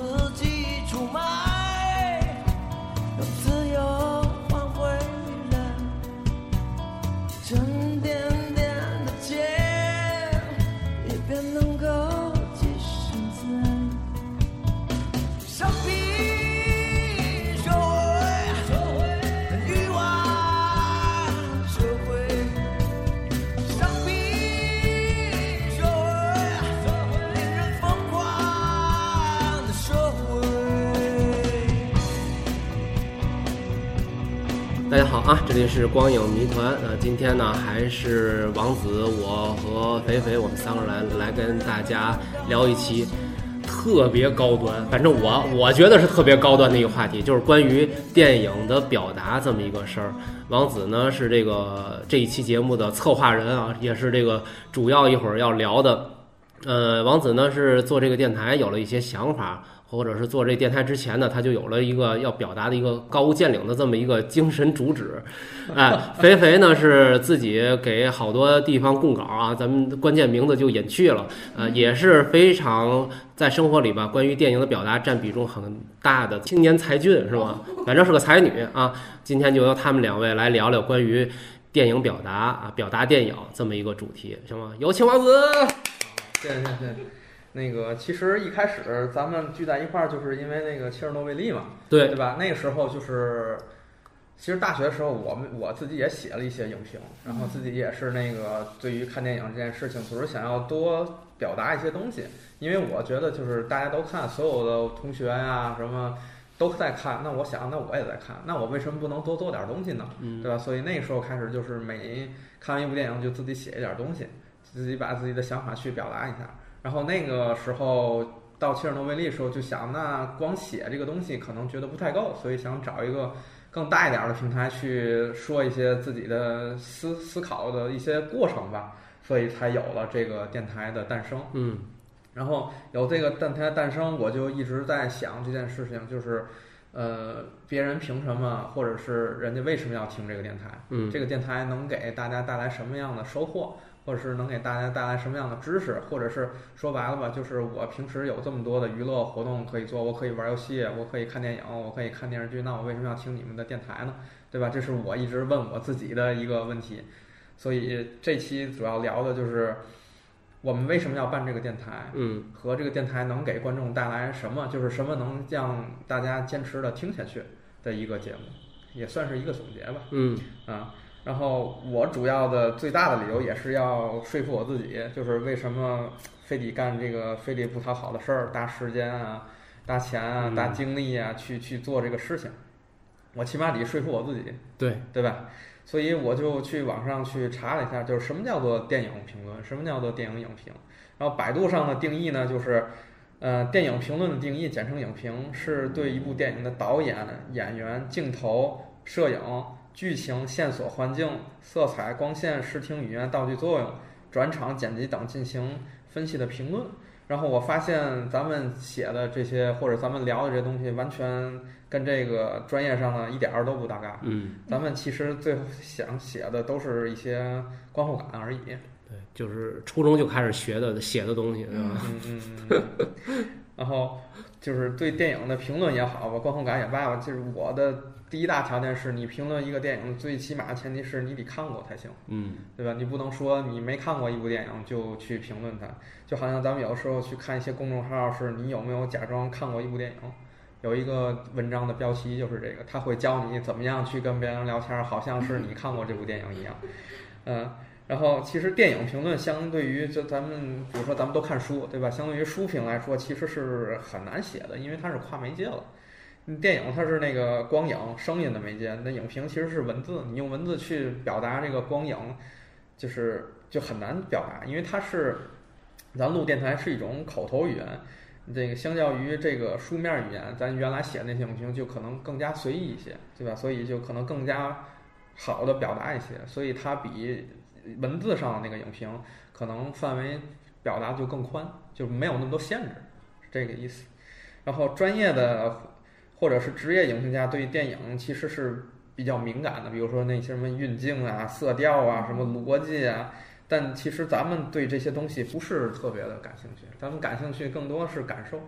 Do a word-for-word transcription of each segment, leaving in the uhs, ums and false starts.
己出卖，用自由换回了沉甸甸的街，以便能够跻身自爱。上帝社会，欲望社会，上帝社会，令人疯狂的社会。 大家好啊，这里是光影谜团。呃，今天呢还是王子，我和肥肥，我们三个人来来跟大家聊一期特别高端，反正我我觉得是特别高端的一个话题，就是关于电影的表达这么一个事儿。王子呢是这个这一期节目的策划人啊，也是这个主要一会儿要聊的。呃，王子呢是做这个电台有了一些想法，或者是做这电台之前呢，他就有了一个要表达的一个高屋建瓴的这么一个精神主旨。哎，肥肥呢是自己给好多地方供稿啊，咱们关键名字就隐去了。呃，也是非常在生活里吧，关于电影的表达占比重很大的青年才俊是吧？反正是个才女啊。今天就由他们两位来聊聊关于电影表达啊，表达电影这么一个主题，行吗？有请王子。 谢谢谢谢。那个其实一开始咱们聚在一块儿，就是因为那个切尔诺贝利嘛， 对对吧？那个时候就是，其实大学的时候，我们我自己也写了一些影评，然后自己也是那个对于看电影这件事情，总是想要多表达一些东西，因为我觉得就是大家都看，所有的同学呀、什么都在看，那我想那我也在看，那我为什么不能多做点东西呢？ 嗯， 对吧？所以那个时候开始就是每看完一部电影就自己写一点东西，自己把自己的想法去表达一下。然后那个时候到切尔诺贝利的时候，就想那光写这个东西可能觉得不太够，所以想找一个更大一点的平台去说一些自己的思思考的一些过程吧，所以才有了这个电台的诞生。 嗯， 然后有这个电台诞生，我就一直在想这件事情，就是呃，别人凭什么，或者是人家为什么要听这个电台？ 嗯， 这个电台能给大家带来什么样的收获？或者是能给大家带来什么样的知识，或者是说白了吧，就是我平时有这么多的娱乐活动可以做，我可以玩游戏，我可以看电影，我可以看电视剧，那我为什么要听你们的电台呢？对吧？这是我一直问我自己的一个问题。所以这期主要聊的就是我们为什么要办这个电台， 嗯， 和这个电台能给观众带来什么，就是什么能让大家坚持的听下去的一个节目，也算是一个总结吧。 嗯啊。然后我主要的最大的理由也是要说服我自己，就是为什么非得干这个非得不讨好的事儿，搭时间啊、搭钱啊、搭精力啊，去去做这个事情。我起码得说服我自己， 对对吧？所以我就去网上去查了一下，就是什么叫做电影评论，什么叫做电影影评。然后百度上的定义呢，就是呃，电影评论的定义简称影评，是对一部电影的导演、演员、镜头、摄影、剧情、线索、环境、色彩、光线、视听语言、道具作用、转场、剪辑等进行分析的评论。然后我发现咱们写的这些或者咱们聊的这些东西，完全跟这个专业上呢一点儿都不搭嘎。 嗯， 咱们其实最后想写的都是一些观后感而已。 对，就是初中就开始学的写的东西，对吧？ 嗯嗯嗯。然后就是对电影的评论也好吧，观后感也罢吧，就是我的第一大条件是你评论一个电影，最起码前提是你得看过才行， 嗯， 对吧？你不能说你没看过一部电影就去评论它，就好像咱们有时候去看一些公众号，是你有没有假装看过一部电影？有一个文章的标题就是这个，他会教你怎么样去跟别人聊天，好像是你看过这部电影一样，嗯。然后其实电影评论相对于就咱们比如说咱们都看书，对吧？相对于书评来说，其实是很难写的，因为它是跨媒介了。电影它是那个光影声音的媒介，那影评其实是文字，你用文字去表达这个光影，就是就很难表达，因为它是咱录电台是一种口头语言，这个相较于这个书面语言，咱原来写那些影评就可能更加随意一些，对吧？所以就可能更加好的表达一些，所以它比文字上的那个影评可能范围表达就更宽，就没有那么多限制，是这个意思。然后专业的或者是职业影评家对电影其实是比较敏感的，比如说那些什么运镜啊、色调啊、什么逻辑啊，但其实咱们对这些东西不是特别的感兴趣，咱们感兴趣更多是感受。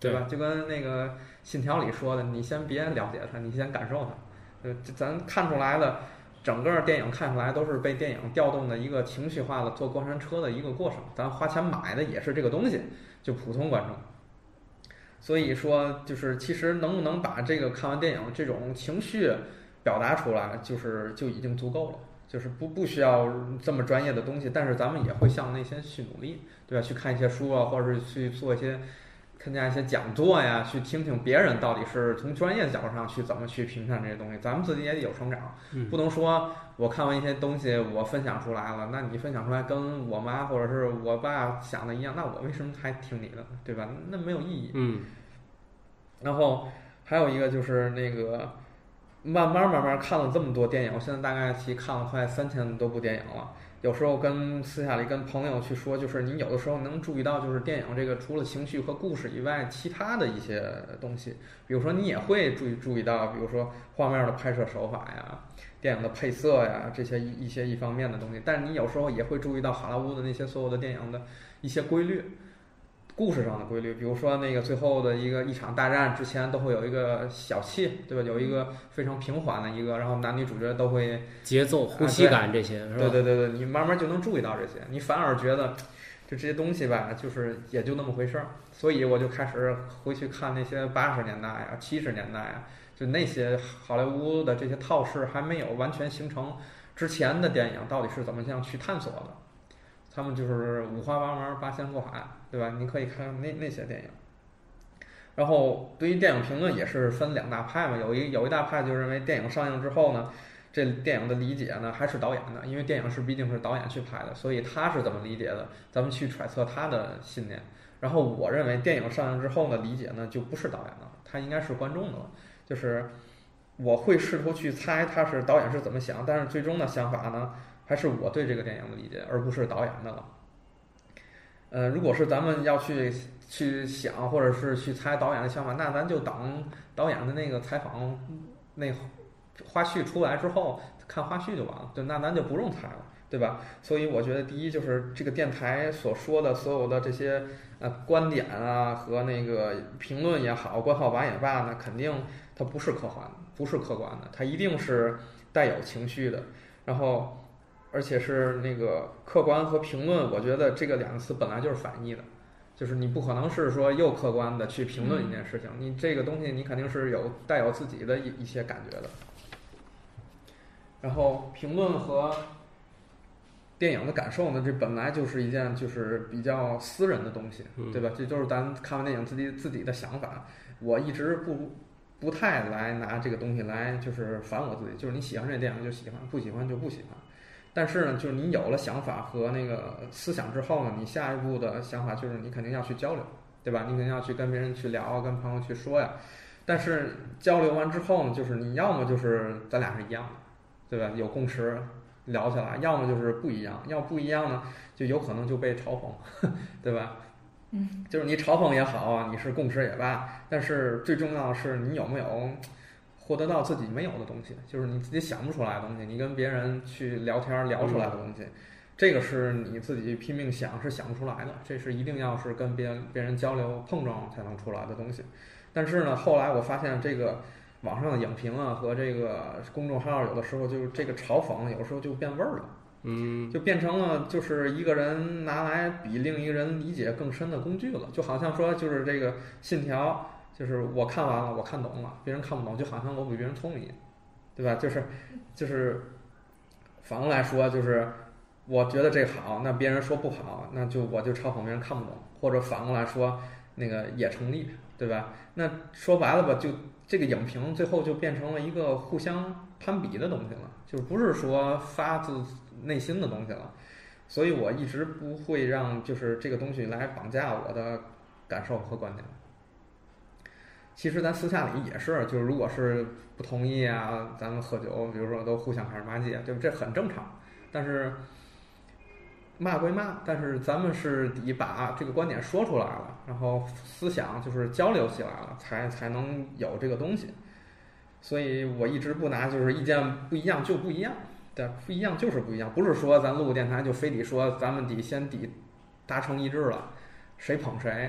对吧？就跟那个《信条》里说的，你先别了解它，你先感受它。呃，咱看出来的，整个电影看出来都是被电影调动的一个情绪化的坐过山车的一个过程。咱花钱买的也是这个东西，就普通观众。所以说，就是其实能不能把这个看完电影这种情绪表达出来，就是就已经足够了。就是不不需要这么专业的东西，但是咱们也会向那些去努力，对吧？去看一些书啊，或者是去做一些参加一些讲座呀，去听听别人到底是从专业的角度上去怎么去评判这些东西。咱们自己也得有成长，不能说我看完一些东西我分享出来了，那你分享出来跟我妈或者是我爸想的一样，那我为什么还听你的呢？对吧？那没有意义。 嗯。 然后还有一个就是那个。慢慢慢慢看了这么多电影，我现在大概其看了快三千多部电影了。有时候跟私下里跟朋友去说，就是你有的时候能注意到，就是电影这个除了情绪和故事以外，其他的一些东西，比如说你也会注意注意到，比如说画面的拍摄手法呀、电影的配色呀这些一一些一方面的东西。但是你有时候也会注意到好莱坞的那些所有的电影的一些规律。故事上的规律，比如说那个最后的一个一场大战之前都会有一个小戏，对吧？有一个非常平缓的一个，然后男女主角都会节奏、呼吸感这些， 啊、 是吧？ 对对对对，你慢慢就能注意到这些，你反而觉得就这些东西吧，就是也就那么回事儿。所以我就开始回去看那些八十年代啊、七十年代啊，就那些好莱坞的这些套式还没有完全形成之前的电影到底是怎么样去探索的。他们就是五花八门、八仙过海，对吧？你可以看那那些电影。然后对于电影评论也是分两大派嘛，有一有一大派就认为电影上映之后呢，这电影的理解呢还是导演的，因为电影是毕竟是导演去拍的，所以他是怎么理解的，咱们去揣测他的信念。然后我认为电影上映之后呢，理解呢就不是导演的，他应该是观众的了。就是我会试图去猜他是导演是怎么想，但是最终的想法呢，还是我对这个电影的理解，而不是导演的了。呃，如果是咱们要去去想，或者是去猜导演的想法，那咱就等导演的那个采访那花絮出来之后，看花絮就完了，就那咱就不用猜了，对吧？所以我觉得第一就是这个电台所说的所有的这些呃观点啊和那个评论也好，观后感也罢呢，肯定它不是客观的，不是客观的，它一定是带有情绪的，然后。而且是那个客观和评论，我觉得这个两个词本来就是反义的，就是你不可能是说又客观的去评论一件事情，你这个东西你肯定是有带有自己的一一些感觉的。然后评论和电影的感受呢，这本来就是一件就是比较私人的东西，对吧？这都是咱看完电影自己自己的想法。我一直不不太来拿这个东西来就是反我自己，就是你喜欢这电影就喜欢，不喜欢就不喜欢。但是呢，就是你有了想法和那个思想之后呢，你下一步的想法就是你肯定要去交流，对吧？你肯定要去跟别人去聊，跟朋友去说呀。但是交流完之后呢，就是你要么就是咱俩是一样的，对吧？有共识聊起来，要么就是不一样。要不一样呢，就有可能就被嘲讽，对吧？ 嗯， 就是你嘲讽也好，你是共识也罢，但是最重要的是你有没有获得到自己没有的东西，就是你自己想不出来的东西，你跟别人去聊天聊出来的东西，这个是你自己拼命想是想不出来的，这是一定要是跟别人别人交流碰撞才能出来的东西。但是呢，后来我发现这个网上的影评啊和这个公众号有的时候就是这个嘲讽，有时候就变味儿了， 嗯， 就变成了就是一个人拿来比另一个人理解更深的工具了，就好像说就是这个信条。就是我看完了，我看懂了，别人看不懂，就好像我比别人聪明，对吧？就是就是反过来说，就是我觉得这好，那别人说不好，那就我就嘲讽别人看不懂，或者反过来说，那个也成立，对吧？那说白了吧，就这个影评最后就变成了一个互相攀比的东西了，就不是说发自内心的东西了。所以我一直不会让就是这个东西来绑架我的感受和观点。其实咱私下里也是，就是如果是不同意啊，咱们喝酒，比如说都互相开始骂街，对吧？这很正常。但是骂归骂，但是咱们是得把这个观点说出来了，然后思想就是交流起来了，才才能有这个东西。所以我一直不拿就是意见不一样就不一样，对，不一样就是不一样，不是说咱录个电台就非得说咱们得先得达成一致了，谁捧谁。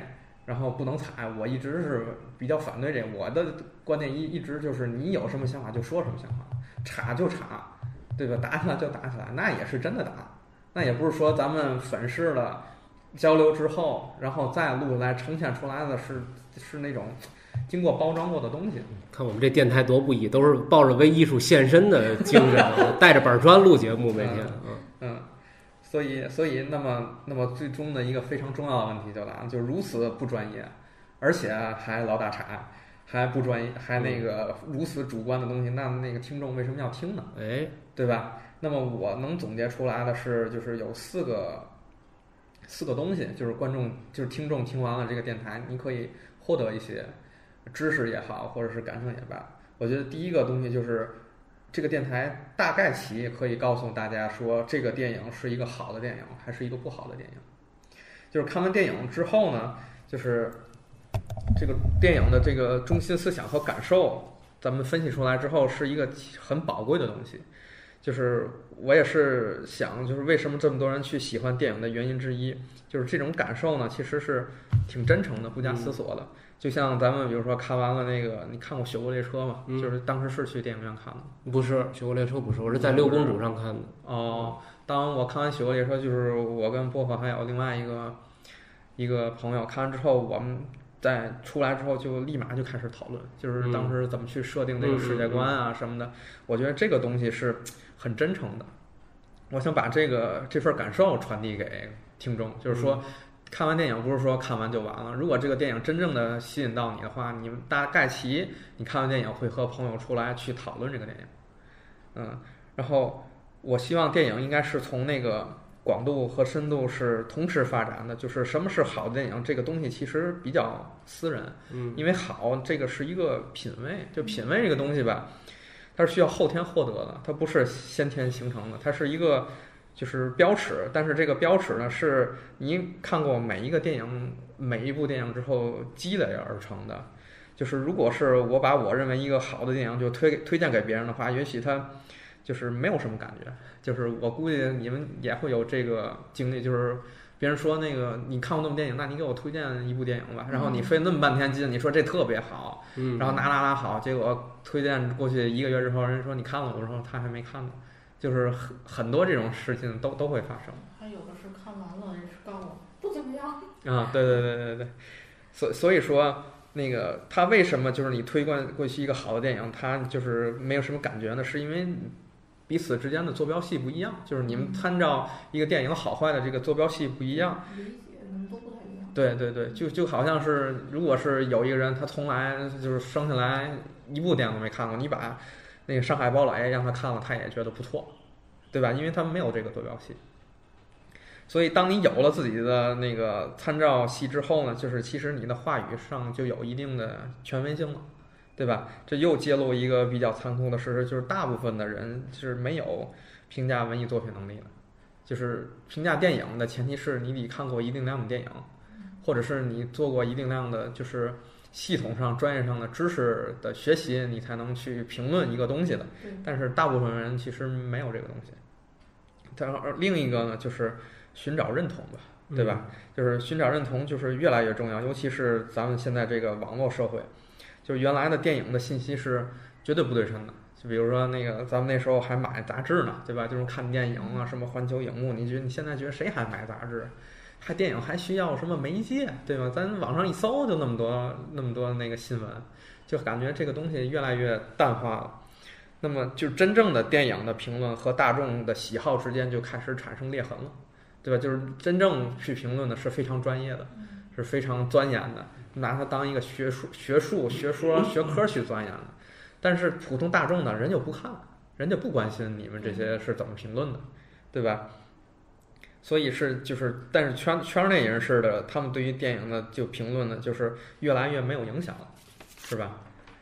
然后不能踩。我一直是比较反对这个，我的观点一一直就是你有什么想法就说什么想法，插就插，对吧？打起来就打起来，那也是真的打，那也不是说咱们粉饰了交流之后，然后再录来呈现出来的是是那种经过包装过的东西。 看我们这电台多不易，都是抱着为艺术献身的精神，带着板砖录节目每天。 嗯嗯，所以所以那么那么最终的一个非常重要的问题就来了，就如此不专业，而且还老打岔，还不专业，还那个如此主观的东西，那那个听众为什么要听呢？ 哎， 对吧？那么我能总结出来的是，就是有四个四个东西，就是观众就是听众听完了这个电台，你可以获得一些知识也好，或者是感受也罢。我觉得第一个东西就是这个电台大概其可以告诉大家说，这个电影是一个好的电影还是一个不好的电影。就是看完电影之后呢，就是这个电影的这个中心思想和感受，咱们分析出来之后是一个很宝贵的东西。就是我也是想，就是为什么这么多人去喜欢电影的原因之一，就是这种感受呢，其实是挺真诚的，不假思索的。嗯、就像咱们比如说看完了那个，你看过《雪国列车》吗？嗯、就是当时是去电影院看的。 不是《雪国列车》，不是，我是在六公主上看的。 哦，当我看完《雪国列车》，就是我跟波波还有另外一个一个朋友看完之后，我们在出来之后就立马就开始讨论，就是当时怎么去设定这个世界观啊什么的。我觉得这个东西是很真诚的，我想把这个这份感受传递给听众，就是说，看完电影不是说看完就完了。如果这个电影真正的吸引到你的话，你们大概其你看完电影会和朋友出来去讨论这个电影，嗯，然后我希望电影应该是从那个广度和深度是同时发展的，就是什么是好的电影，这个东西其实比较私人， 嗯， 因为好这个是一个品味，就品味这个东西吧。它是需要后天获得的，它不是先天形成的，它是一个就是标尺，但是这个标尺呢，是你看过每一个电影、每一部电影之后积累而成的。就是如果是我把我认为一个好的电影就推推荐给别人的话，也许他就是没有什么感觉。就是我估计你们也会有这个经历，就是别人说那个你看过那部电影，那你给我推荐一部电影吧。然后你费那么半天劲，你说这特别好， 嗯， 然后哪哪哪好，结果推荐过去一个月之后，人说你看了，我说他还没看呢。就是很很多这种事情都都会发生。 还有的是看完了，人是告我不怎么样。 啊，对对对对对，所所以说那个他为什么就是你推过过去一个好的电影，他就是没有什么感觉呢？是因为彼此之间的坐标系不一样，就是你们参照一个电影好坏的这个坐标系不一样。 理解都不太一样。 对对对，就就好像是，如果是有一个人他从来就是生下来一部电影都没看过，你把那个《上海堡垒》让他看了，他也觉得不错，对吧？因为他没有这个坐标系。所以当你有了自己的那个参照系之后呢，就是其实你的话语上就有一定的权威性了，对吧？这又揭露一个比较残酷的事实，就是大部分的人是没有评价文艺作品能力的。就是评价电影的前提是你得看过一定量的电影，或者是你做过一定量的就是系统上专业上的知识的学习，你才能去评论一个东西的。但是大部分人其实没有这个东西。但另一个呢，就是寻找认同吧，对吧？嗯、就是寻找认同就是越来越重要，尤其是咱们现在这个网络社会，就是原来的电影的信息是绝对不对称的。就比如说那个，咱们那时候还买杂志呢，对吧？就是看电影啊，什么环球影幕，你觉得你现在觉得谁还买杂志？还电影还需要什么媒介，对吧？咱网上一搜就那么多那么多那个新闻，就感觉这个东西越来越淡化了。那么就真正的电影的评论和大众的喜好之间就开始产生裂痕了，对吧？就是真正去评论的是非常专业的，是非常钻研的，拿它当一个学术、学术、学说、学科去钻研的。但是普通大众呢，人就不看，人家不关心你们这些是怎么评论的，对吧？所以是就是，但是圈圈内人士的他们对于电影的就评论呢，就是越来越没有影响了，是吧？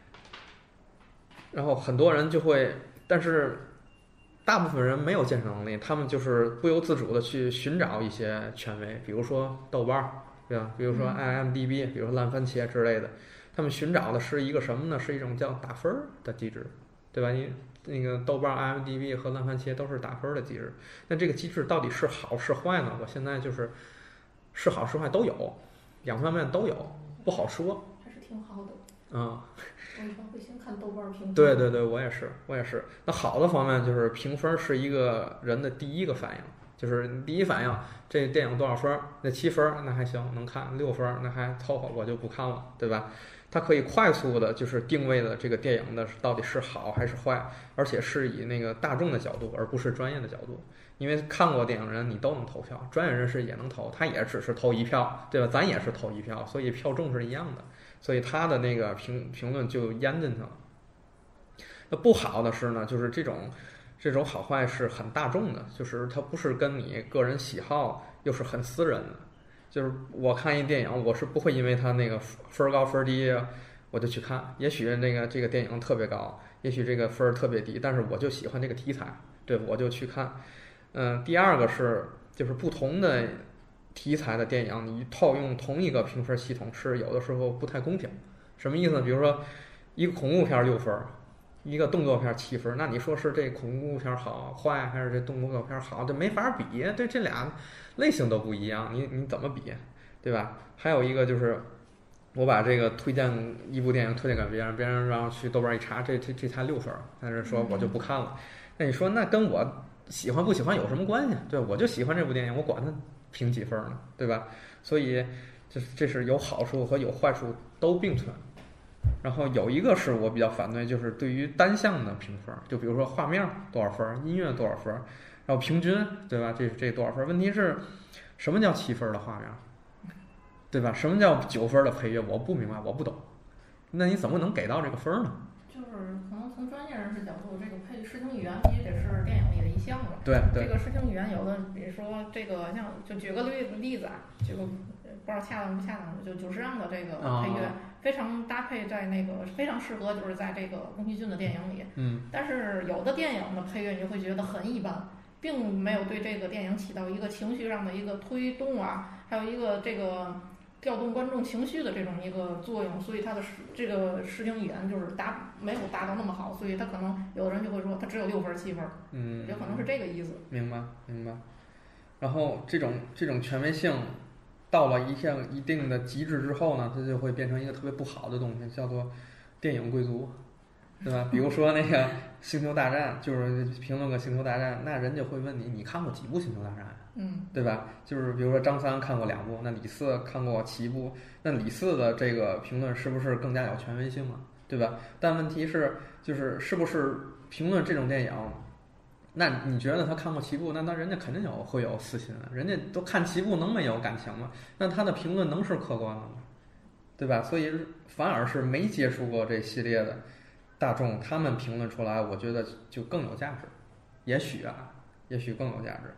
然后很多人就会，但是大部分人没有鉴赏能力，他们就是不由自主的去寻找一些权威，比如说豆瓣，对吧？比如说 I M D B， 比如说烂番茄之类的，他们寻找的是一个什么呢？是一种叫打分的机制，对吧？你那个豆瓣、I M D B 和烂番茄都是打分的机制，那这个机制到底是好是坏呢？我现在就是是好是坏都有， 两方面都有，不好说。 还是挺好的。 嗯， 我一般会先看豆瓣评分。 对对对，我也是，我也是。那好的方面就是评分是一个人的第一个反应，就是第一反应，这电影多少分？那七分那还行，能看；六分那还凑合，我就不看了，对吧？它可以快速的，就是定位了这个电影的到底是好还是坏，而且是以那个大众的角度，而不是专业的角度。因为看过电影人你都能投票，专业人士也能投，他也只是投一票，对吧？咱也是投一票，所以票重是一样的，所以他的那个评评论就淹进去了。那不好的是呢，就是这种这种好坏是很大众的，就是它不是跟你个人喜好，又是很私人的。就是我看一电影，我是不会因为它那个分高分低我就去看，也许那个这个电影特别高，也许这个分特别低，但是我就喜欢这个题材，对，我就去看。嗯，第二个是就是不同的题材的电影，你套用同一个评分系统是有的时候不太公平。什么意思呢？比如说一个恐怖片六分，一个动作片七分，那你说是这恐怖片好坏，还是这动作片好？这没法比，对，这俩类型都不一样，你你怎么比，对吧？还有一个就是我把这个推荐一部电影推荐给别人，别人让去豆瓣一查，这这这才六分，但是说我就不看了。那你说那跟我喜欢不喜欢有什么关系？对，我就喜欢这部电影，我管它评几分呢，对吧？所以这这是有好处和有坏处都并存。然后有一个是我比较反对，就是对于单项的评分，就比如说画面多少分，音乐多少分，然后平均，对吧？这这多少分？问题是什么叫七分的画面，对吧？什么叫九分的配乐？我不明白，我不懂。那你怎么能给到这个分呢？ 就是可能从专业人士角度，这个配视听语言必须得是电影里的一项目。 对对。 这个视听语言有的，比如说这个像，就举个例例子啊，举个不知道恰当不恰当，就久石让的这个配乐。哦，非常搭配在那个非常适合，就是在这个宫崎骏的电影里。 嗯， 但是有的电影的配乐你就会觉得很一般，并没有对这个电影起到一个情绪上的一个推动啊，还有一个这个调动观众情绪的这种一个作用，所以它的这个视听语言就是达没有达到那么好，所以它可能有的人就会说它只有六分七分， 嗯， 也可能是这个意思。 明白明白。然后这种这种权威性到了一项一定的极致之后呢，它就会变成一个特别不好的东西，叫做电影贵族，对吧？比如说那个《星球大战》，就是评论个《星球大战》，那人就会问你，你看过几部《星球大战》？ 嗯， 对吧？就是比如说张三看过两部，那李四看过七部，那李四的这个评论是不是更加有权威性了？对吧？但问题是，就是是不是评论这种电影？那你觉得他看过七部，那那人家肯定有会有私心啊，人家都看七部能没有感情吗？那他的评论能是客观的吗？对吧？所以反而是没接触过这系列的大众，他们评论出来，我觉得就更有价值，也许啊，也许更有价值。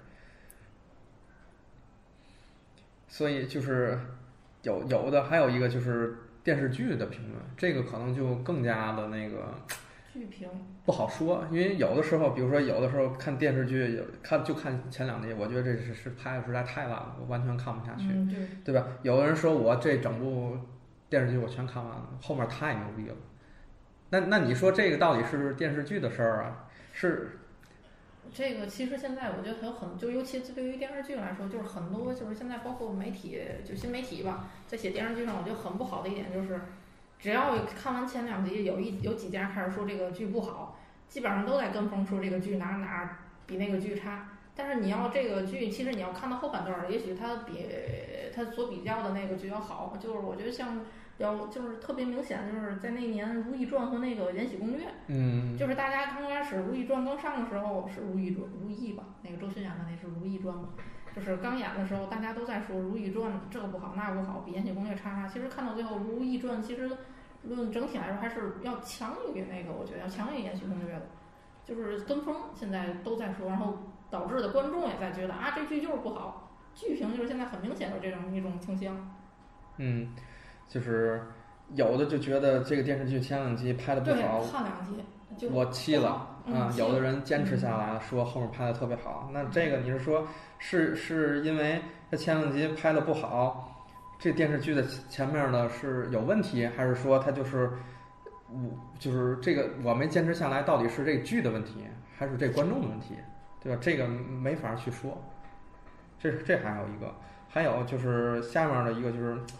所以就是有有的还有一个就是电视剧的评论，这个可能就更加的那个。 剧评不好说，因为有的时候，比如说有的时候看电视剧，有看就看前两集，我觉得这是是拍的实在太烂了，我完全看不下去， 嗯、对, 对吧？有的人说我这整部电视剧我全看完了，后面太牛逼了。那那你说这个到底是电视剧的事儿啊？是这个其实现在我觉得还有很，就尤其对于电视剧来说，就是很多就是现在包括媒体，就新媒体吧，在写电视剧上，我觉得很不好的一点就是。只要看完前两集，有一有几家开始说这个剧不好，基本上都在跟风说这个剧哪哪比那个剧差。但是你要这个剧，其实你要看到后半段，也许它比它所比较的那个剧要好。就是我觉得像要就是特别明显，就是在那年《如懿传》和那个《延禧攻略》， 嗯， 就是大家刚开始《如懿传》刚上的时候是《如懿传》如懿吧，那个周迅演的那是《如懿传》嘛。就是刚演的时候，大家都在说《如懿传》这个不好那不好，比《延禧攻略》差差。其实看到最后，《如懿传》其实论整体来说还是要强于那个，我觉得要强于《延禧攻略》的。就是跟风现在都在说，然后导致的观众也在觉得啊，这剧就是不好。剧评就是现在很明显的这种一种倾向。 嗯，就是有的就觉得这个电视剧前两集拍的不好， 对，看两集就我气了啊、 嗯！ 有的人坚持下来说后面拍的特别好，那这个你是说是是因为这前两集拍的不好，这电视剧的前面呢是有问题，还是说它就是我就是这个我没坚持下来，到底是这个剧的问题，还是这观众的问题，对吧？这个没法去说。这这还有一个，还有就是下面的一个就是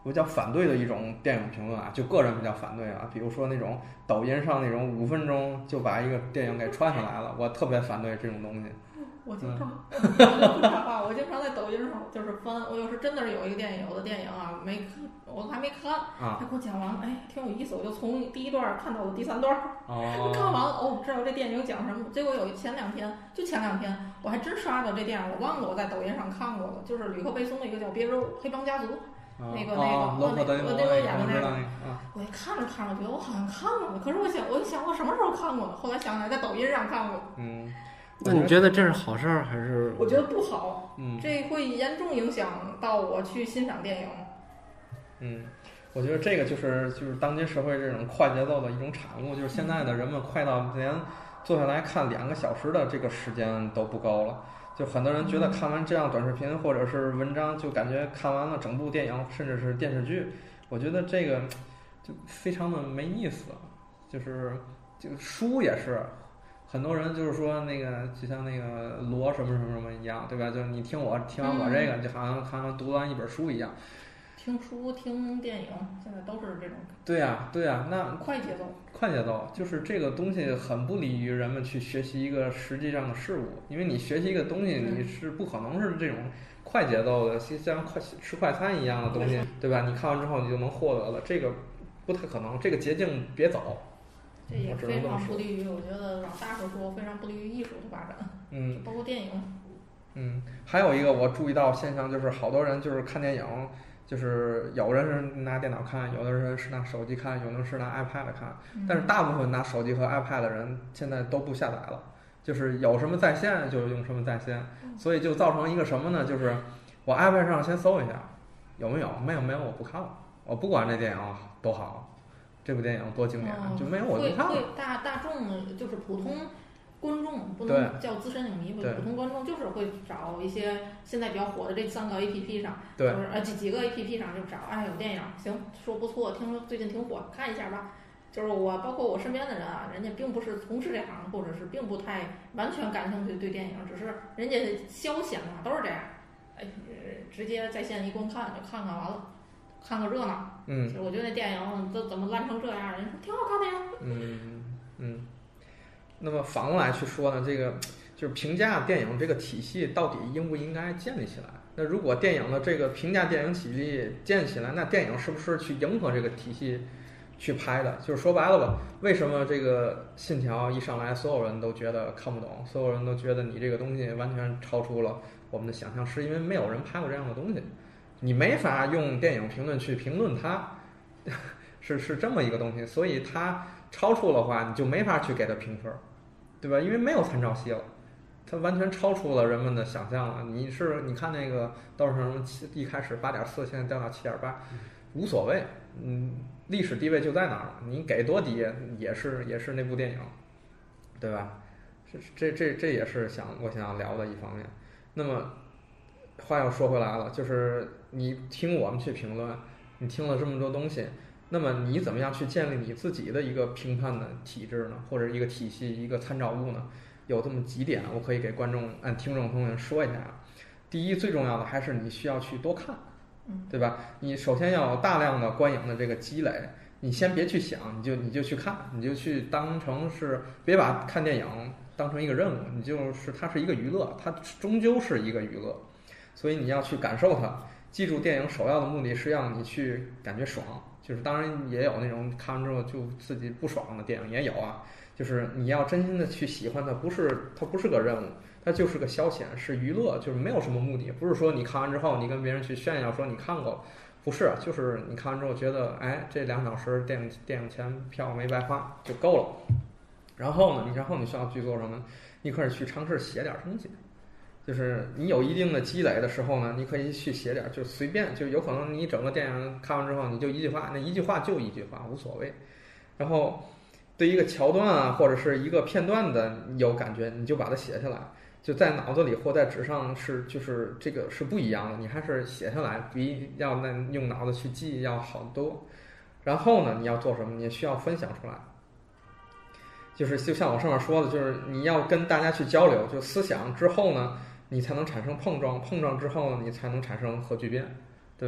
比较反对的一种电影评论啊，就个人比较反对啊，比如说那种抖音上那种五分钟就把一个电影给串下来了，我特别反对这种东西。 我经常，我就不插话，我经常在抖音上就是翻，我有时真的是有一个电影，有的电影啊没看，我还没看， 啊， 他给我讲完了，哎，挺有意思，我就从第一段看到了第三段， 哦， 看完了，哦，知道这电影讲什么。结果有前两天，就前两天，我还真刷到这电影，我忘了我在抖音上看过了，就是吕克贝松的一个叫《别惹我黑帮家族》。 哦、 那个那个哦，罗伯特· 那雷个演的那个， 啊， 我一看着看着，觉得我好像看过呢。可是我想，我一想，我什么时候看过呢？后来想起来，在抖音上看过。 嗯， 那你觉得这是好事儿还是？ 我觉得不好， 嗯， 这会严重影响到我去欣赏电影。 嗯，我觉得这个就是就是当今社会这种快节奏的一种产物，就是现在的人们快到连坐下来看两个小时的这个时间都不够了。就很多人觉得看完这样短视频或者是文章，就感觉看完了整部电影，甚至是电视剧。我觉得这个就非常的没意思。就是就书也是，很多人就是说那个就像那个罗什么什么什么一样，对吧？就是你听我听完我这个，就好像好像读完一本书一样。 听书、听电影，现在都是这种。 对呀，对呀，那快节奏。快节奏就是这个东西很不利于人们去学习一个实际上的事物，因为你学习一个东西，你是不可能是这种快节奏的，像快吃快餐一样的东西，对吧？你看完之后你就能获得了，这个不太可能，这个捷径别走。 这也非常不利于，我觉得往大处说，非常不利于艺术的发展。 嗯， 包括电影。 嗯，还有一个我注意到现象就是，好多人就是看电影。就是有人是拿电脑看，有的人是拿手机看，有的是拿 iPad 看，但是大部分拿手机和 iPad 的人现在都不下载了，就是有什么在线就用什么在线，所以就造成一个什么呢？就是我 iPad 上先搜一下有没有，没有没有我不看了，我不管这电影多好，这部电影多经典， 哦、 就没有我就不看了。 会大大众就是普通观众，不能叫资深影迷，普通观众就是会找一些现在比较火的这三个 A P P 上， 对， 就是呃几几个 A P P 上就找，哎有电影行，说不错，听说最近挺火，看一下吧。就是我包括我身边的人啊，人家并不是从事这行，或者是并不太完全感兴趣对电影，只是人家消遣嘛，都是这样，哎，直接在线一观看就看看完了，看个热闹。 嗯， 其实我觉得那电影都怎么烂成这样，人家说挺好看的呀。 嗯嗯。那么反过来去说呢，这个就是评价电影这个体系到底应不应该建立起来？那如果电影的这个评价电影体系建起来，那电影是不是去迎合这个体系去拍的？就是说白了吧，为什么这个信条一上来，所有人都觉得看不懂，所有人都觉得你这个东西完全超出了我们的想象，是因为没有人拍过这样的东西，你没法用电影评论去评论它，是是这么一个东西，所以它超出的话，你就没法去给它评分。对吧？因为没有参照系了，它完全超出了人们的想象了。你是你看那个都是什么七，一开始八点四，现在掉到七点八，无所谓。嗯，历史地位就在那儿了，你给多低也是也是那部电影，对吧？这这这也是想我想要聊的一方面。那么话又说回来了，就是你听我们去评论，你听了这么多东西。那么你怎么样去建立你自己的一个评判的体制呢？或者一个体系、一个参照物呢？有这么几点，我可以给观众、按听众朋友们说一下。第一，最重要的还是你需要去多看，对吧？你首先要有大量的观影的这个积累。你先别去想，你就你就去看，你就去当成是，别把看电影当成一个任务，你就是它是一个娱乐，它终究是一个娱乐，所以你要去感受它。记住，电影首要的目的是让你去感觉爽。就是当然也有那种看完之后就自己不爽的电影也有啊，就是你要真心的去喜欢它，不是它不是个任务，它就是个消遣，是娱乐，就是没有什么目的，不是说你看完之后你跟别人去炫耀说你看过，不是，就是你看完之后觉得哎这两小时电影电影钱票没白花就够了。然后呢，你然后你需要去做什么？你可以去尝试写点东西。就是你有一定的积累的时候呢，你可以去写点，就随便，就有可能你整个电影看完之后，你就一句话，那一句话就一句话，无所谓。然后对一个桥段啊，或者是一个片段的有感觉，你就把它写下来，就在脑子里或在纸上是就是这个是不一样的，你还是写下来，比要那用脑子去记要好多。然后呢，你要做什么？你需要分享出来。就是就像我上面说的，就是你要跟大家去交流，就思想之后呢。你才能产生碰撞，碰撞之后呢，你才能产生核聚变，对吧？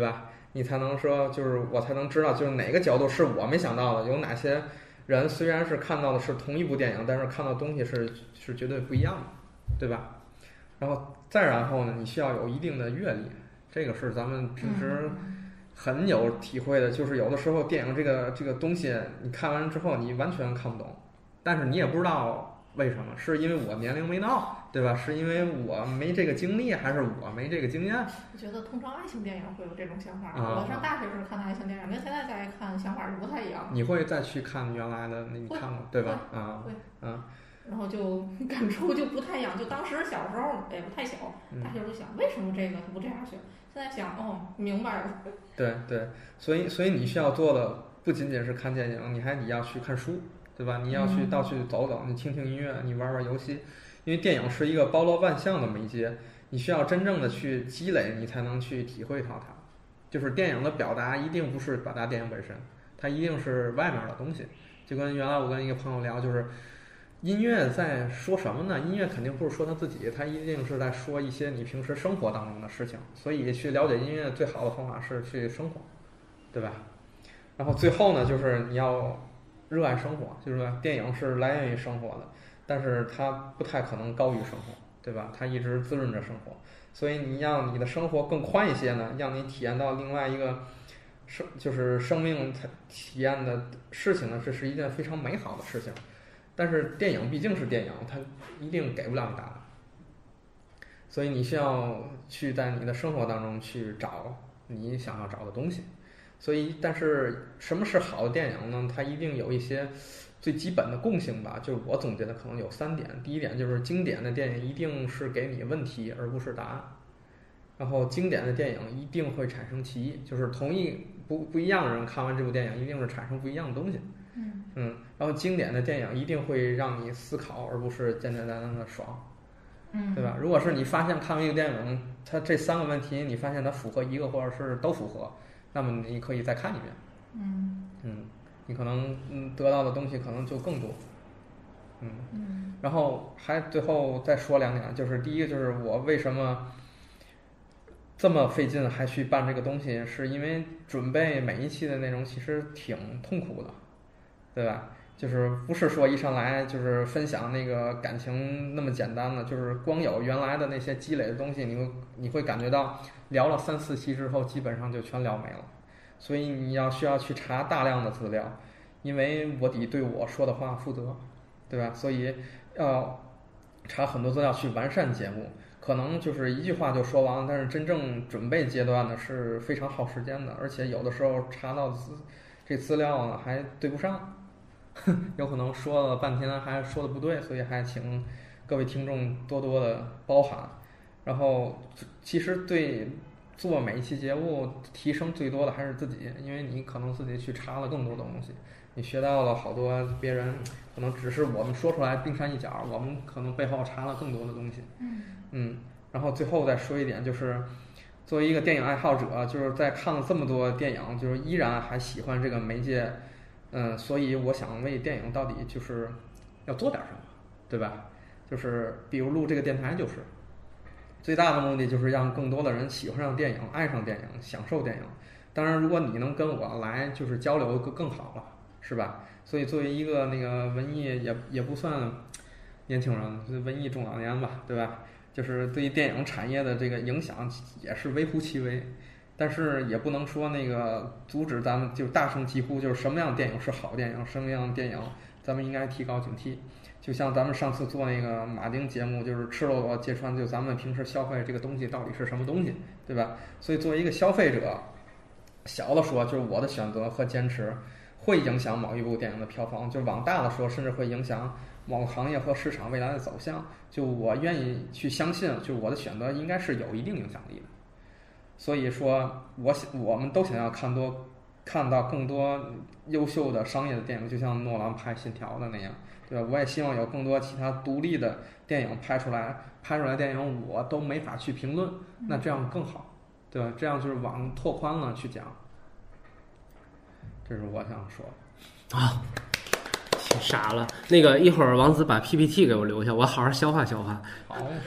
你才能说就是我才能知道就是哪个角度是我没想到的，有哪些人虽然是看到的是同一部电影，但是看到的东西是是绝对不一样的，对吧？然后再然后呢，你需要有一定的阅历，这个是咱们平时很有体会的，就是有的时候电影这个这个东西你看完之后你完全看不懂，但是你也不知道为什么，是因为我年龄没到，对吧？是因为我没这个经历，还是我没这个经验？ 我觉得通常爱情电影会有这种想法。 啊、 我上大学时看的爱情电影，跟现在再看想法是不太一样的。 你会再去看原来的，你看过对吧？啊， 会， 嗯。 然后就感触就不太一样，就当时小时候也不太小，大学就想为什么这个他不这样选，现在想哦明白了。对对，所以所以你需要做的不仅仅是看电影，你还你要去看书，对吧？你要去到处走走，你听听音乐，你玩玩游戏，因为电影是一个包罗万象的媒介，你需要真正的去积累，你才能去体会到它。就是电影的表达一定不是表达电影本身，它一定是外面的东西。就跟原来我跟一个朋友聊，就是音乐在说什么呢？音乐肯定不是说他自己，他一定是在说一些你平时生活当中的事情。所以去了解音乐最好的方法是去生活，对吧？然后最后呢，就是你要热爱生活，就是电影是来源于生活的，但是它不太可能高于生活，对吧？它一直滋润着生活，所以你让你的生活更宽一些呢，让你体验到另外一个生就是生命体验的事情呢，这是一件非常美好的事情。但是电影毕竟是电影，它一定给不了你答案，所以你需要去在你的生活当中去找你想要找的东西。所以，但是什么是好的电影呢？它一定有一些最基本的共性吧，就是我总结的可能有三点。第一点就是经典的电影一定是给你问题而不是答案，然后经典的电影一定会产生歧义，就是同一不不一样的人看完这部电影一定是产生不一样的东西。 嗯嗯，然后经典的电影一定会让你思考，而不是简简单单的爽， 嗯， 对吧？如果是你发现看完一个电影，它这三个问题你发现它符合一个或者是都符合，那么你可以再看一遍。 嗯嗯，你可能嗯得到的东西可能就更多。嗯嗯， 然后还最后再说两点，就是第一个就是我为什么这么费劲还去办这个东西，是因为准备每一期的内容其实挺痛苦的，对吧？就是不是说一上来就是分享那个感情那么简单的，就是光有原来的那些积累的东西，你会你会感觉到聊了三四期之后，基本上就全聊没了。所以你要需要去查大量的资料，因为我得对我说的话负责，对吧？所以要查很多资料去完善节目。可能就是一句话就说完了，但是真正准备阶段呢是非常耗时间的，而且有的时候查到资这资料呢还对不上，有可能说了半天还说的不对，所以还请各位听众多多的包涵。然后其实对做每一期节目提升最多的还是自己，因为你可能自己去查了更多的东西，你学到了好多别人可能只是我们说出来冰山一角，我们可能背后查了更多的东西。 嗯嗯，然后最后再说一点，就是作为一个电影爱好者，就是在看了这么多电影，就是依然还喜欢这个媒介，嗯，所以我想为电影到底就是要做点什么，对吧？就是比如录这个电台，就是最大的目的就是让更多的人喜欢上电影，爱上电影，享受电影。当然，如果你能跟我来就是交流更更好了，是吧？所以作为一个那个文艺也也不算年轻人，文艺中老年吧，对吧？就是对于电影产业的这个影响也是微乎其微，但是也不能说那个阻止咱们就大声疾呼，就是什么样的电影是好电影，什么样的电影咱们应该提高警惕。就像咱们上次做那个马丁节目，就是赤裸裸揭穿，就咱们平时消费这个东西到底是什么东西，对吧？所以作为一个消费者，小的说就是我的选择和坚持会影响某一部电影的票房，就往大的说甚至会影响某个行业和市场未来的走向。就我愿意去相信，就我的选择应该是有一定影响力的。所以说我想我们都想要看多看到更多优秀的商业的电影，就像诺兰拍《信条》的那样，对吧？我也希望有更多其他独立的电影拍出来，拍出来电影我都没法去评论，那这样更好，对吧？这样就是往拓宽了去讲。这是我想说啊，挺傻了。那个一会儿王子把 P P T 给我留下，我好好消化消化。 好，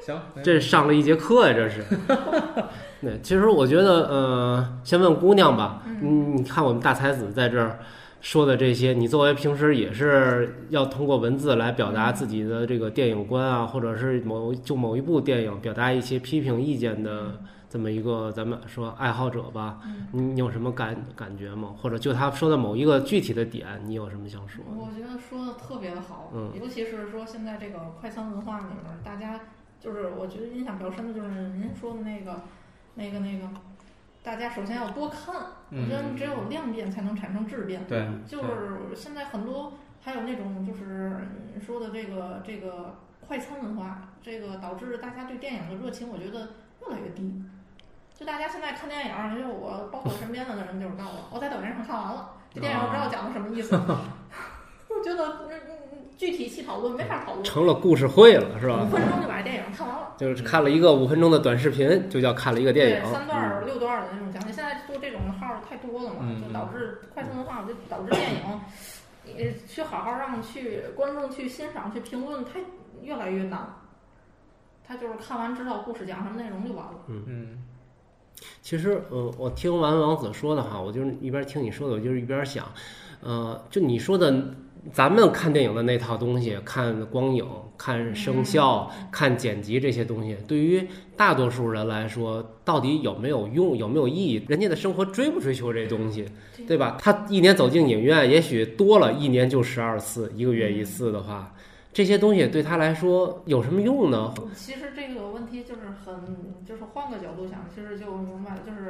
行， 这上了一节课呀，这是。对，其实我觉得，呃，先问姑娘吧，嗯，你看我们大才子在这儿说的这些，你作为平时也是要通过文字来表达自己的这个电影观啊，或者是某就某一部电影表达一些批评意见的这么一个咱们说爱好者吧，你你有什么感感觉吗？或者就他说的某一个具体的点，你有什么想说的？ 我觉得说的特别的好， 嗯， 尤其是说现在这个快餐文化里面，大家就是我觉得印象比较深的就是您说的那个。那个那个，大家首先要多看，我觉得只有量变才能产生质变。 对， 就是现在很多还有那种就是你说的这个这个快餐文化，这个导致大家对电影的热情，我觉得越来越低。就大家现在看电影，因为我包括我身边的人就是告诉我，我在抖音上看完了，这电影我知道讲的什么意思。我觉得具体细讨论没法讨论， 成了故事会了，是吧？ 五分钟就把电影看完了， 就是看了一个五分钟的短视频，就叫看了一个电影。 对，三段、六段的那种讲解，现在做这种号太多了嘛，就导致快餐文化，就导致电影，你去好好让去观众去欣赏、去评论，它越来越难。他就是看完知道故事讲什么内容就完了。 嗯嗯。其实，呃，我听完王子说的话，我就是一边听你说的，我就是一边想，呃，就你说的。咱们看电影的那套东西，看光影、看声效、看剪辑这些东西，对于大多数人来说，到底有没有用、有没有意义？人家的生活追不追求这东西，对吧？他一年走进影院，也许多了一年就十二次，一个月一次的话，这些东西对他来说有什么用呢？ 其实这个问题就是很，就是换个角度想，其实就明白了，就是，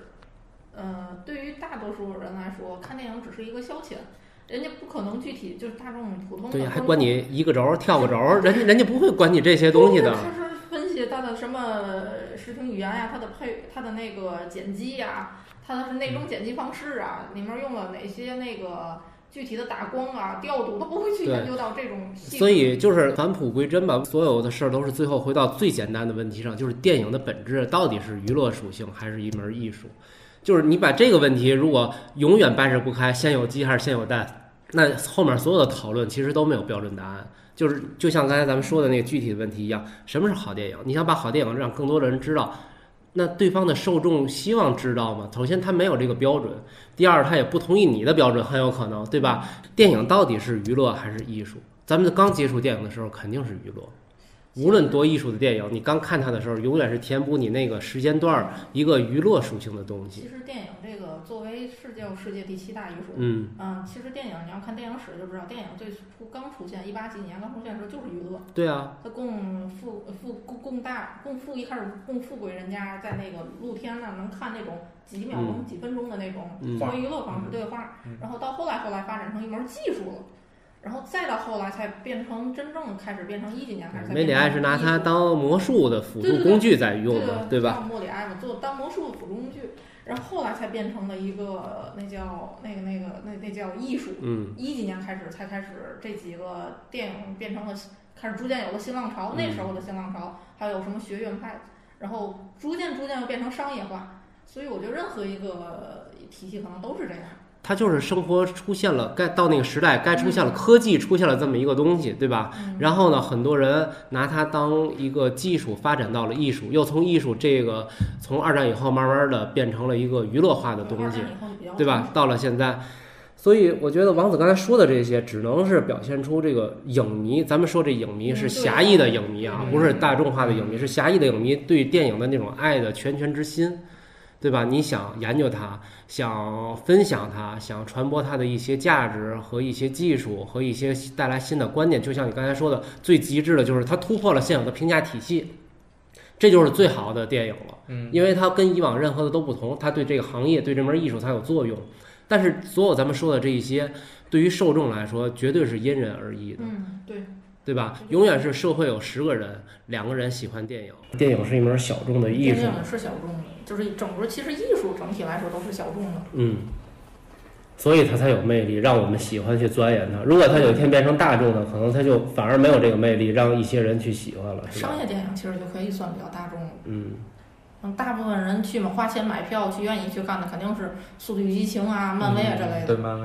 呃，对于大多数人来说，看电影只是一个消遣。人家不可能具体就是大众普通的， 对，还管你一个轴跳个轴，人家人家不会管你这些东西的。 他是分析他的什么视听语言呀，他的配，他的那个剪辑呀，他的是哪种剪辑方式啊，里面用了哪些那个具体的打光啊、调度，他不会去研究到这种细。 所以就是返璞归真吧，所有的事儿都是最后回到最简单的问题上，就是电影的本质到底是娱乐属性还是一门艺术？就是你把这个问题如果永远掰扯不开，先有鸡还是先有蛋，那后面所有的讨论其实都没有标准答案。就是就像刚才咱们说的那个具体的问题一样，什么是好电影？你想把好电影让更多的人知道，那对方的受众希望知道吗？首先他没有这个标准，第二他也不同意你的标准，很有可能，对吧？电影到底是娱乐还是艺术？咱们刚接触电影的时候肯定是娱乐。无论多艺术的电影，你刚看它的时候，永远是填补你那个时间段一个娱乐属性的东西。 其实电影这个作为世界世界第七大艺术， 嗯嗯，其实电影你要看电影史就知道，电影最初刚出现一八几年刚出现的时候就是娱乐。 对啊， 它供富富供供大供富一开始供富贵人家在那个露天呢能看那种几秒钟、嗯、几分钟的那种作为娱乐方式对话， 嗯、 然后到后来后来发展成一门技术了。然后再到后来才变成真正开始变成一几年开始才。 梅里埃是拿它当魔术的辅助工具在用的， 对吧？ 莫里埃嘛，做当魔术的辅助工具，然后后来才变成了一个那叫那个那个那那叫艺术。 嗯。 一几年开始才开始这几个电影变成了开始逐渐有了新浪潮， 嗯、 那时候的新浪潮还有什么学院派，然后逐渐逐渐又变成商业化，所以我觉得任何一个体系可能都是这样。 它就是生活出现了，该到那个时代该出现了，科技出现了这么一个东西，对吧？ 嗯、 然后呢，很多人拿它当一个技术发展到了艺术，又从艺术这个从二战以后慢慢的变成了一个娱乐化的东西，对吧？到了现在，所以我觉得王子刚才说的这些，只能是表现出这个影迷，咱们说这影迷是狭义的影迷啊，不是大众化的影迷，是狭义的影迷对电影的那种爱的拳拳之心。对吧？你想研究它，想分享它，想传播它的一些价值和一些技术和一些带来新的观念，就像你刚才说的，最极致的就是它突破了现有的评价体系，这就是最好的电影了。 嗯， 因为它跟以往任何的都不同，它对这个行业、对这门艺术才有作用。但是所有咱们说的这一些，对于受众来说，绝对是因人而异的。 嗯，对。 对吧？永远是社会有十个人，两个人喜欢电影。电影是一门小众的艺术。 电影是小众的，就是整个其实艺术整体来说都是小众的。 嗯，所以它才有魅力，让我们喜欢去钻研它。如果它有一天变成大众的，可能它就反而没有这个魅力，让一些人去喜欢了。 商业电影其实就可以算比较大众了。 嗯。 嗯，大部分人去嘛，花钱买票去愿意去看的肯定是《速度与激情》啊、漫威啊之类的。 对漫威。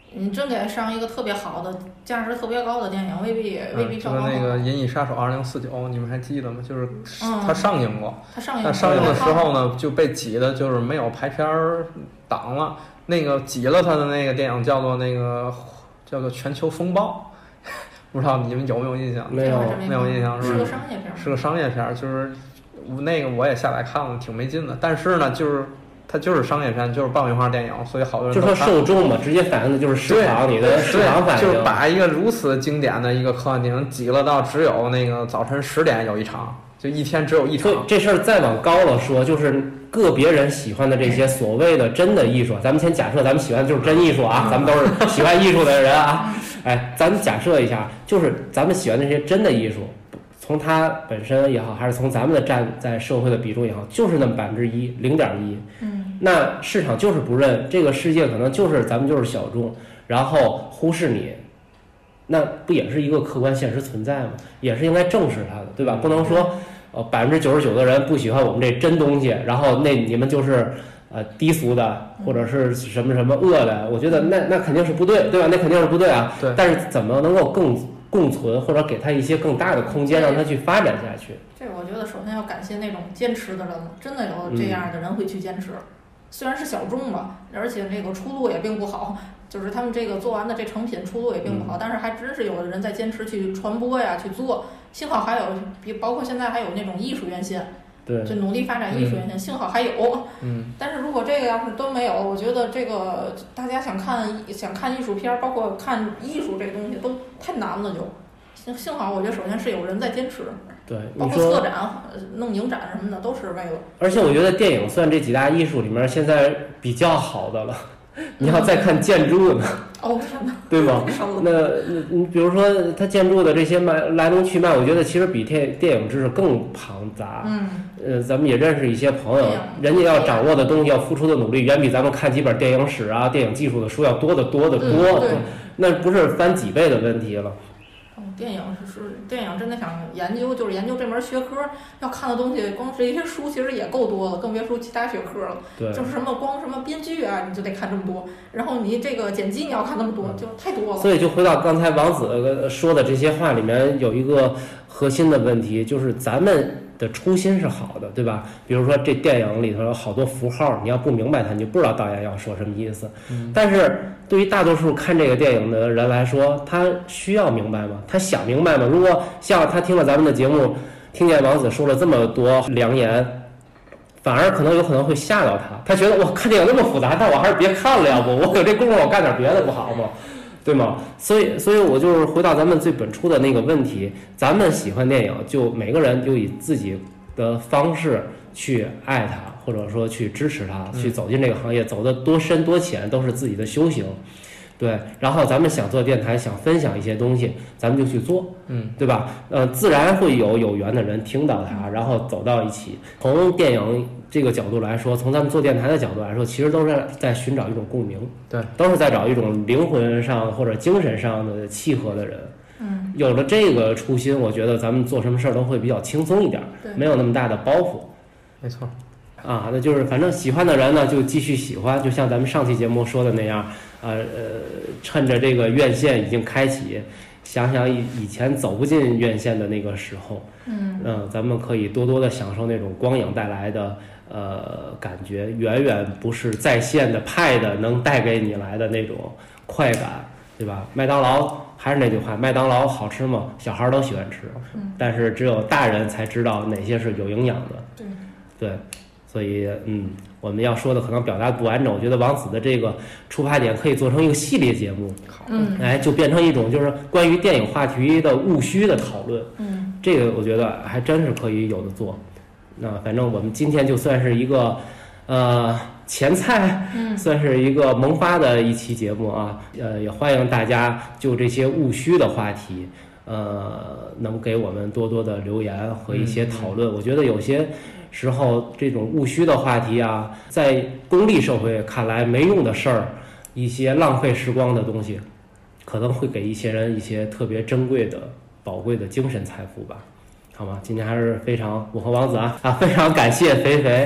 你真给上一个特别好的、价值特别高的电影，未必未必票房好。就跟那个《银翼杀手二零四九》，你们还记得吗？就是它上映过， 它上映但上映的时候呢，就被挤的，就是没有排片档了。那个挤了它的那个电影叫做那个叫做《全球风暴》，不知道你们有没有印象？ 没有， 没有印象是吧？ 是个商业片， 是个商业片，就是那个我也下来看了，挺没劲的。但是呢，就是它就是商业片，就是爆米花电影，所以好多人就说受众嘛，直接反映的就是市场，你的市场反应， 就是把一个如此经典的一个科幻电影挤了到只有那个早晨十点有一场，就一天只有一场。 这事儿再往高了说，就是个别人喜欢的这些所谓的真的艺术，咱们先假设咱们喜欢的就是真艺术啊，咱们都是喜欢艺术的人啊。哎，咱们假设一下，就是咱们喜欢的这些真的艺术，从它本身也好，还是从咱们的站在社会的比重也好，就是那么百分之一，零点一。 嗯， 那市场就是不认，这个世界可能就是咱们就是小众，然后忽视你，那不也是一个客观现实存在吗？也是应该正视它的，对吧？不能说呃百分之九十九的人不喜欢我们这真东西，然后那你们就是呃低俗的或者是什么什么恶的，我觉得那那肯定是不对，对吧？那肯定是不对啊。 对。 但是怎么能够更共存，或者给他一些更大的空间，让他去发展下去？ 这个我觉得首先要感谢那种坚持的人了，真的有这样的人会去坚持。嗯，虽然是小众吧，而且这个出路也并不好，就是他们这个做完的这成品出路也并不好，但是还真是有的人在坚持去传播呀，去做。幸好还有，比包括现在还有那种艺术院线， 对， 就努力发展艺术院线，嗯，幸好还有。 嗯， 但是如果这个要是都没有，我觉得这个大家想看想看艺术片，包括看艺术这东西都太难了就。幸幸好我觉得首先是有人在坚持。 对， 包括策展、弄影展什么的都是为了。 而且我觉得电影算这几大艺术里面现在比较好的了。你要再看建筑呢？ 哦天哪， 对吗？那那你比如说它建筑的这些脉来龙去脉，我觉得其实比电电影知识更庞杂。 嗯。 呃，咱们也认识一些朋友，人家要掌握的东西、要付出的努力，远比咱们看几本电影史啊、电影技术的书要多得多得多。 嗯，对。 那不是翻几倍的问题了。 电影是是电影，真的想研究，就是研究这门学科要看的东西，光是一些书其实也够多了，更别说其他学科了。 对， 就是什么光什么编剧啊，你就得看这么多，然后你这个剪辑你要看那么多，就太多了。 所以就回到刚才王子说的这些话里面，有一个核心的问题，就是咱们的初心是好的，对吧？比如说这电影里头有好多符号，你要不明白它，你就不知道导演要说什么意思。 嗯， 但是对于大多数看这个电影的人来说，他需要明白吗？他想明白吗？如果像他听了咱们的节目，听见王子说了这么多良言，反而可能有可能会吓到他。他觉得我看电影那么复杂，那我还是别看了，要不我有这功夫我干点别的不好吗？对吗？所以，所以我就是回到咱们最本初的那个问题，咱们喜欢电影，就每个人就以自己的方式去爱它，或者说去支持它，去走进这个行业，走得多深多浅都是自己的修行。对，然后咱们想做电台，想分享一些东西，咱们就去做， 嗯， 对吧？呃，自然会有有缘的人听到它，然后走到一起。从电影这个角度来说，从咱们做电台的角度来说，其实都是在寻找一种共鸣， 对， 都是在找一种灵魂上或者精神上的契合的人。 嗯， 有了这个初心，我觉得咱们做什么事儿都会比较轻松一点，没有那么大的包袱。 没错。 啊，那就是反正喜欢的人呢，就继续喜欢，就像咱们上期节目说的那样，呃呃，趁着这个院线已经开启，想想以以前走不进院线的那个时候， 嗯嗯、呃，咱们可以多多的享受那种光影带来的呃感觉，远远不是在线的派的能带给你来的那种快感，对吧？麦当劳还是那句话，麦当劳好吃吗？小孩都喜欢吃， 嗯， 但是只有大人才知道哪些是有营养的， 对对。所以，嗯，我们要说的可能表达不完整。我觉得王子的这个出发点可以做成一个系列节目， 嗯， 哎，就变成一种就是关于电影话题的务虚的讨论。 嗯， 这个我觉得还真是可以有的做。那反正我们今天就算是一个，呃，前菜， 嗯， 算是一个萌发的一期节目啊。呃，也欢迎大家就这些务虚的话题，呃，能给我们多多的留言和一些讨论。 嗯、 我觉得有些时候这种务虚的话题啊，在功利社会看来没用的事儿，一些浪费时光的东西，可能会给一些人一些特别珍贵的宝贵的精神财富吧。好吗？今天还是非常，我和王子啊啊，非常感谢肥肥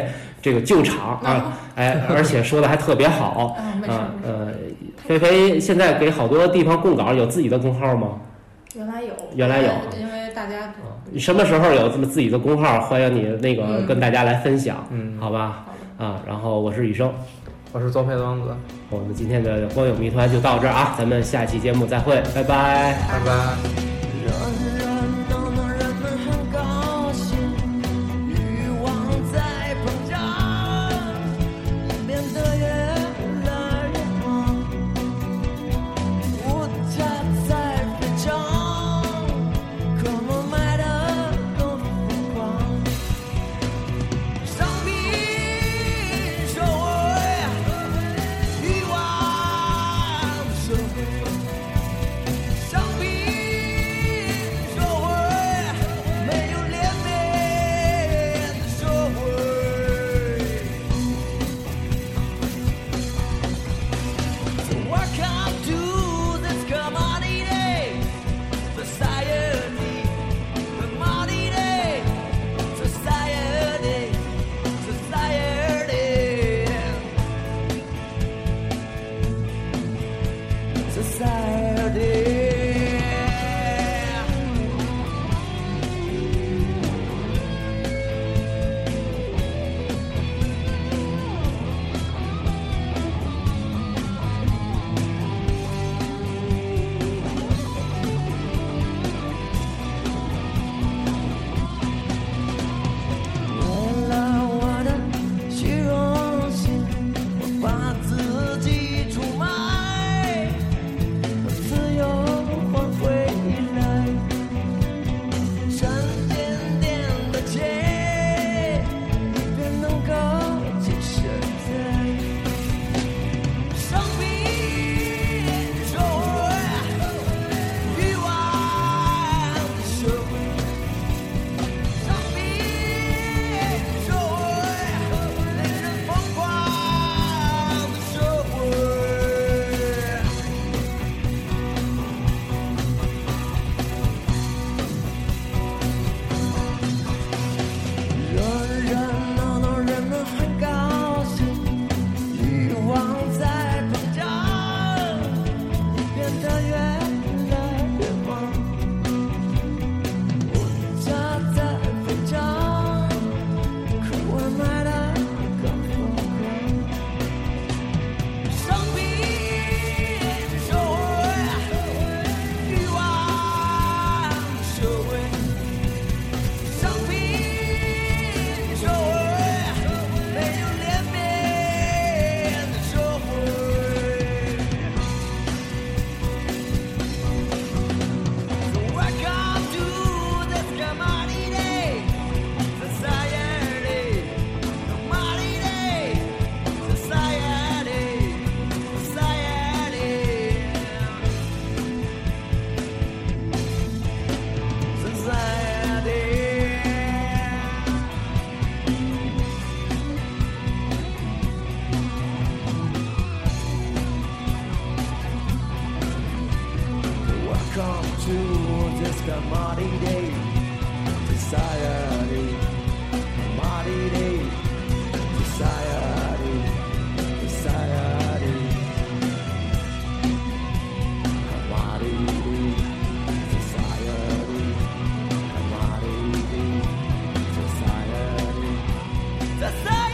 这个救场啊，哎，而且说的还特别好啊。呃，菲菲现在给好多地方供稿，有自己的公号吗？ 原来有， 原来有， 因为大家什么时候有这么自己的公号？欢迎你那个跟大家来分享， 嗯， 好吧？啊，然后我是雨生， 我是作陪的王子， 我们今天的光影谜团就到这儿啊，咱们下期节目再会，拜拜， 拜拜。 commodity, society, commodity, society, society, commodity, society, commodity, society, society.